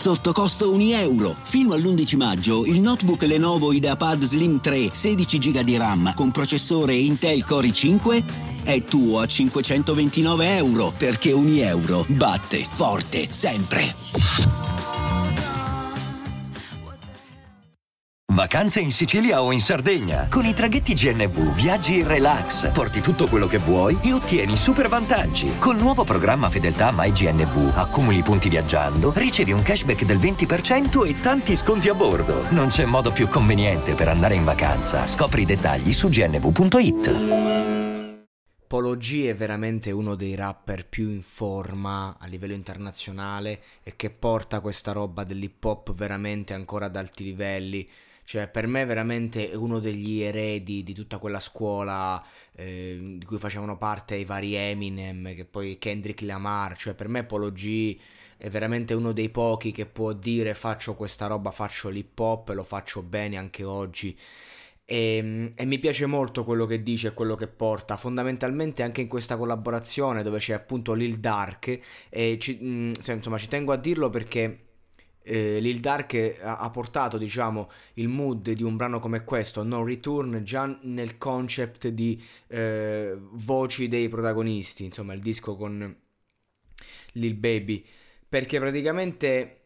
sotto costo €1. Fino all'11 maggio il notebook Lenovo IdeaPad Slim 3 16 GB di RAM con processore Intel Core i5 è tuo a €529, perché €1 batte forte sempre. Vacanze in Sicilia o in Sardegna. Con i traghetti GNV viaggi in relax, porti tutto quello che vuoi e ottieni super vantaggi. Col nuovo programma Fedeltà MyGNV accumuli punti viaggiando, ricevi un cashback del 20% e tanti sconti a bordo. Non c'è modo più conveniente per andare in vacanza. Scopri i dettagli su gnv.it. Polo G è veramente uno dei rapper più in forma a livello internazionale e che porta questa roba dell'hip hop veramente ancora ad alti livelli. Cioè, per me veramente è uno degli eredi di tutta quella scuola di cui facevano parte i vari Eminem, che poi Kendrick Lamar. Cioè, per me Polo G è veramente uno dei pochi che può dire faccio questa roba, faccio l'hip hop e lo faccio bene anche oggi. E mi piace molto quello che dice e quello che porta, fondamentalmente anche in questa collaborazione dove c'è appunto Lil Durk. Insomma, ci tengo a dirlo perché Lil Durk ha portato, diciamo, il mood di un brano come questo, No Return, già nel concept di voci dei protagonisti, insomma il disco con Lil Baby, perché praticamente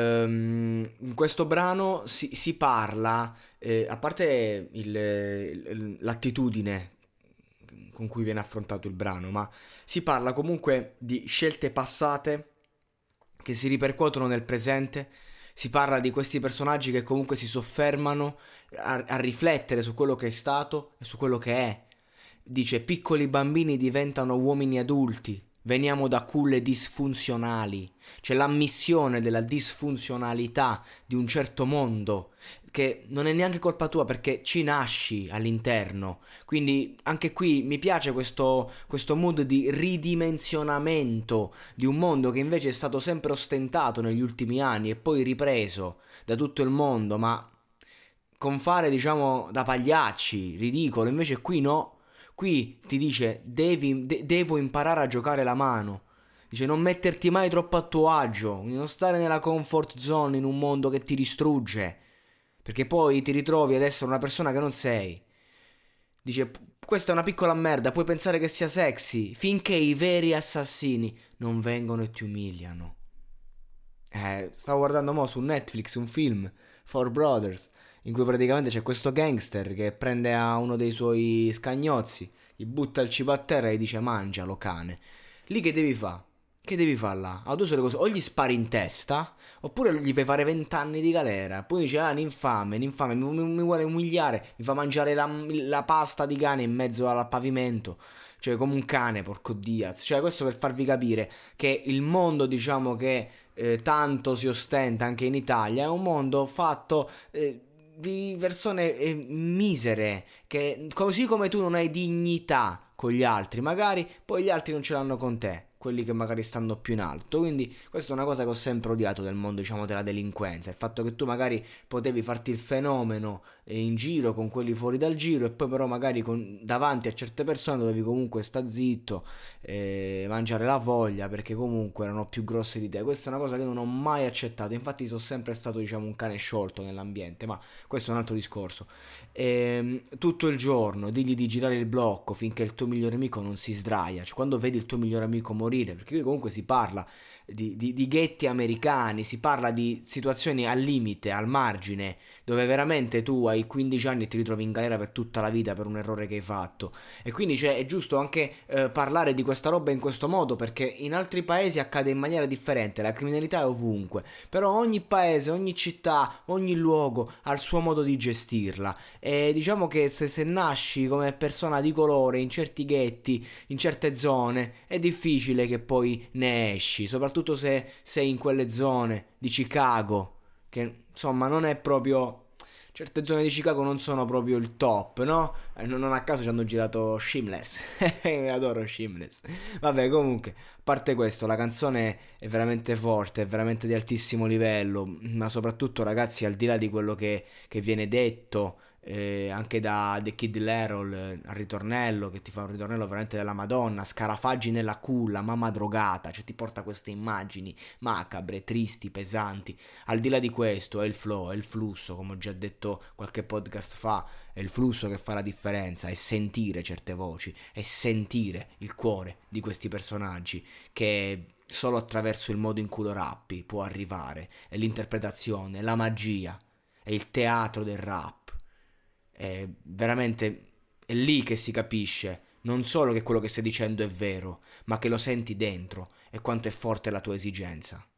in questo brano si parla, a parte l'attitudine con cui viene affrontato il brano, ma si parla comunque di scelte passate che si ripercuotono nel presente. Si parla di questi personaggi che comunque si soffermano a riflettere su quello che è stato e su quello che è. Dice: piccoli bambini diventano uomini adulti, veniamo da culle disfunzionali. C'è l'ammissione della disfunzionalità di un certo mondo, che non è neanche colpa tua perché ci nasci all'interno. Quindi anche qui mi piace questo mood di ridimensionamento di un mondo che invece è stato sempre ostentato negli ultimi anni e poi ripreso da tutto il mondo, ma con fare, diciamo, da pagliacci, ridicolo. Invece qui no. Qui ti dice devo imparare a giocare la mano. Dice non metterti mai troppo a tuo agio, non stare nella comfort zone in un mondo che ti distrugge, perché poi ti ritrovi ad essere una persona che non sei. Dice questa è una piccola merda, puoi pensare che sia sexy finché i veri assassini non vengono e ti umiliano. Stavo guardando mo su Netflix un film, Four Brothers, in cui praticamente c'è questo gangster che prende a uno dei suoi scagnozzi, gli butta il cibo a terra e gli dice mangialo cane. Lì che devi fare? Che devi fare là? A due sole cose: o gli spari in testa oppure gli fai fare 20 anni di galera. Poi dice l'infame mi vuole umiliare, mi fa mangiare la pasta di cane in mezzo al pavimento, cioè come un cane, porco Diaz. Cioè questo per farvi capire che il mondo, diciamo, che tanto si ostenta anche in Italia è un mondo fatto di persone misere, che così come tu non hai dignità con gli altri, magari poi gli altri non ce l'hanno con te, quelli che magari stanno più in alto. Quindi questa è una cosa che ho sempre odiato del mondo, diciamo, della delinquenza, il fatto che tu magari potevi farti il fenomeno in giro con quelli fuori dal giro e poi però magari davanti a certe persone dovevi comunque sta zitto, mangiare la voglia perché comunque erano più grosse di te. Questa è una cosa che non ho mai accettato, infatti sono sempre stato, diciamo, un cane sciolto nell'ambiente, ma questo è un altro discorso. Tutto il giorno digli di girare il blocco finché il tuo migliore amico non si sdraia, cioè quando vedi il tuo migliore amico morire, perché qui comunque si parla di ghetti americani, si parla di situazioni al limite, al margine, dove veramente tu hai 15 anni e ti ritrovi in galera per tutta la vita per un errore che hai fatto. E quindi, cioè, è giusto anche parlare di questa roba in questo modo, perché in altri paesi accade in maniera differente, la criminalità è ovunque, però ogni paese, ogni città, ogni luogo ha il suo modo di gestirla. E diciamo che se nasci come persona di colore in certi ghetti, in certe zone, è difficile che poi ne esci, soprattutto se sei in quelle zone di Chicago, che insomma non è proprio... Certe zone di Chicago non sono proprio il top, no? Non a caso ci hanno girato Shameless. Adoro Shameless. Vabbè, comunque, a parte questo, la canzone è veramente forte, è veramente di altissimo livello, ma soprattutto, ragazzi, al di là di quello che viene detto, anche da The Kid Laroi al ritornello, che ti fa un ritornello veramente della Madonna, Scarafaggi nella culla, mamma drogata, cioè ti porta queste immagini macabre, tristi, pesanti. Al di là di questo è il flow, è il flusso, come ho già detto qualche podcast fa, è il flusso che fa la differenza, è sentire certe voci, è sentire il cuore di questi personaggi che solo attraverso il modo in cui lo rappi può arrivare, è l'interpretazione, la magia, è il teatro del rap. È veramente è lì che si capisce non solo che quello che stai dicendo è vero, ma che lo senti dentro e quanto è forte la tua esigenza.